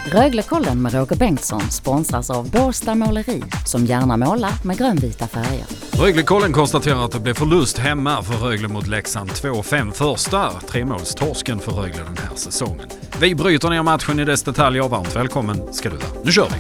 Röglekollen med Roger Bengtsson sponsras av Båstad Måleri som gärna målar med grönvita färger. Röglekollen konstaterar att det blev förlust hemma för Rögle mot Leksand 2-5 första 3-målstorsken för Rögle den här säsongen. Vi bryter ner matchen i dess detaljer. Varmt välkommen ska du vara. Nu kör vi!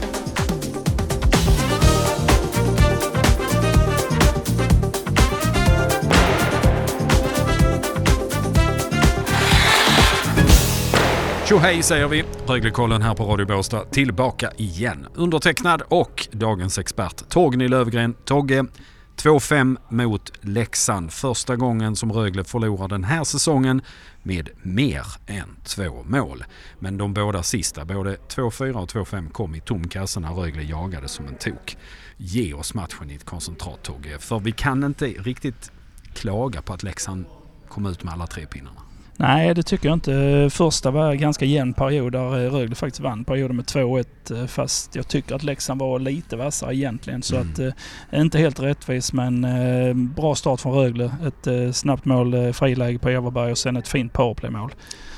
Tjo hej säger vi, Röglekollen här på Radio Båstad tillbaka igen. Undertecknad och dagens expert Torgny Lövgren. Togge, 2-5 mot Leksand. Första gången som Rögle förlorar den här säsongen med mer än 2 mål. Men de båda sista, både 2-4 och 2-5 kom i tom kassa när Rögle jagade som en tok. Ge oss matchen i ett koncentrat, Togge. För vi kan inte riktigt klaga på att Leksand kom ut med alla 3 pinnarna. Nej, det tycker jag inte. Första var en ganska jämn period där Rögle faktiskt vann perioden med 2-1, fast jag tycker att Leksand var lite vassare egentligen. Så att inte helt rättvis, men bra start från Rögle. Ett snabbt mål, friläge på Everberg och sen ett fint powerplaymål.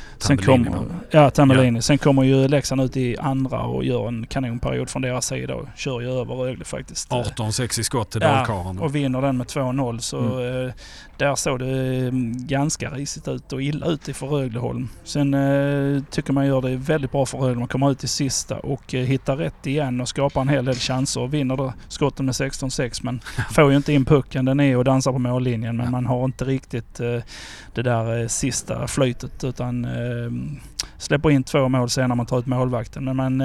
Tambellini. Sen kommer ju Leksand ut i andra och gör en kanonperiod från deras sida och kör ju över Rögle faktiskt. 18-6 i skott till Dalkarlen. Och vinner den med 2-0. Så där såg det ganska risigt ut och illa ut för Rögleholm. Sen tycker man gör det väldigt bra för Rögle. Man kommer ut i sista och hittar rätt igen och skapar en hel del chanser och vinner då skotten med 16-6. Men får ju inte in pucken. Den är och dansar på mållinjen, men man har inte riktigt det där sista flytet, utan släpper in 2 mål sen när man tar ut målvakten, men man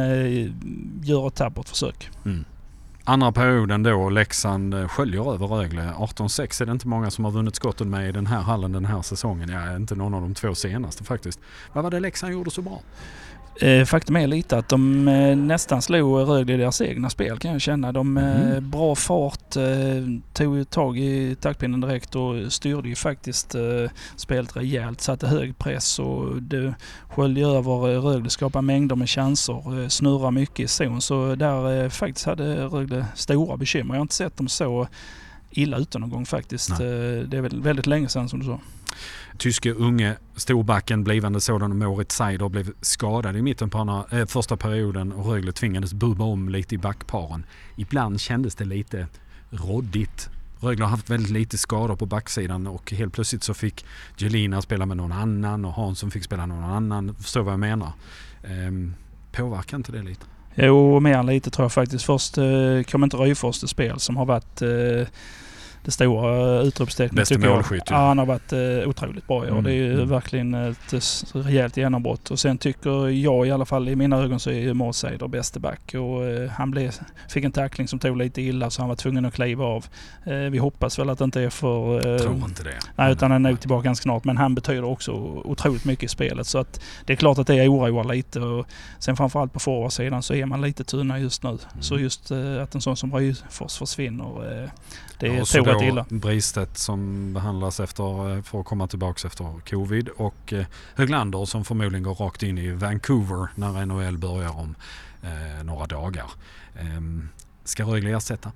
gör ett tappert försök. Andra perioden då, Leksand sköljer över Rögle. 18-6 är det inte många som har vunnit skotten med i den här hallen den här säsongen. Ja, inte någon av de 2 senaste faktiskt. Vad var det Leksand gjorde så bra? Faktum är lite att de nästan slog Rögle i deras egna spel, kan jag känna. De bra fart, tog tag i taktpinnen direkt och styrde ju faktiskt spelet rejält, satte hög press och det sköljde över Rögle, skapade mängder med chanser, snurrar mycket i zon. Så där faktiskt hade Rögle stora bekymmer. Jag har inte sett dem så illa ute någon gång faktiskt. Det är väl väldigt länge sedan, som du sa. Tyske unge storbacken, blivande sådan, Moritz Seider blev skadad i mitten på första perioden och Rögle tvingades bubba om lite i backparen. Ibland kändes det lite råddigt. Rögle har haft väldigt lite skador på backsidan och helt plötsligt så fick Jelina spela med någon annan och Hansson fick spela med någon annan. Förstår vad jag menar? Påverkar inte det lite? Jo, mer än lite tror jag faktiskt. Först kom inte Ryfors till spel, som har varit det stora utropstecknet. Bästa målskytt. Ja, han har varit otroligt bra. Det är ju verkligen ett rejält genombrott. Och sen tycker jag i alla fall, i mina ögon, så är Moritz Seider bäste back. Och han fick en tackling som tog lite illa, så han var tvungen att kliva av. Vi hoppas väl att det inte är för... tror inte det. Nej, utan han är nog tillbaka ganska snart. Men han betyder också otroligt mycket i spelet. Så att det är klart att det oroar lite. Och sen framförallt på forwardsidan så är man lite tunna just nu. Så just att en sån som Ryfors försvinner... Det är så då illa. Bristet som behandlas för att komma tillbaka efter covid och Höglander som förmodligen går rakt in i Vancouver när NHL börjar om några dagar. Ska Rögle ersätta?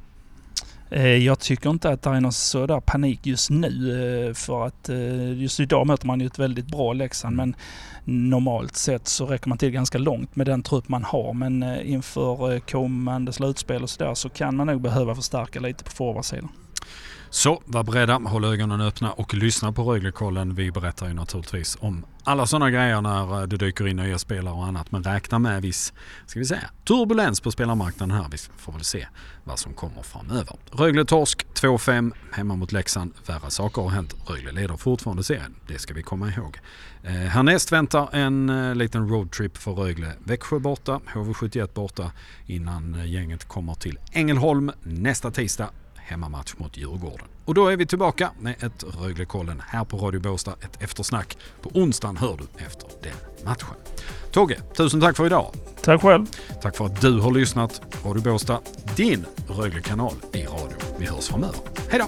Jag tycker inte att det är någon sådär panik just nu, för att just idag möter man ju ett väldigt bra Leksand, men normalt sett så räcker man till ganska långt med den trupp man har, men inför kommande slutspel och sådär så kan man nog behöva förstärka lite på forwardsidan. Så, var beredda, håll ögonen öppna och lyssna på Röglekollen. Vi berättar ju naturligtvis om alla sådana grejer när det dyker in nya spelare och annat. Men räkna med viss, ska vi säga, turbulens på spelarmarknaden här. Vi får väl se vad som kommer framöver. Rögle torsk 2-5 hemma mot Leksand. Värre saker har hänt. Rögle leder fortfarande serien. Det ska vi komma ihåg. Härnäst väntar en liten roadtrip för Rögle. Växjö borta, HV71 borta innan gänget kommer till Ängelholm nästa tisdag. Hemmamatch mot Djurgården. Och då är vi tillbaka med ett Röglekollen här på Radio Båstad. Ett eftersnack på onsdagen hör du efter den matchen. Togge, tusen tack för idag. Tack själv. Tack för att du har lyssnat. Radio Båstad, din Rögle-kanal i radio. Vi hörs framöver. Hej då!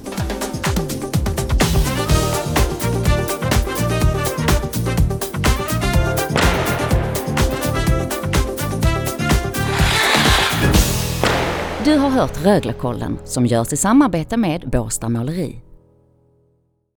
Du har hört Röglekollen som görs i samarbete med Båstad Måleri.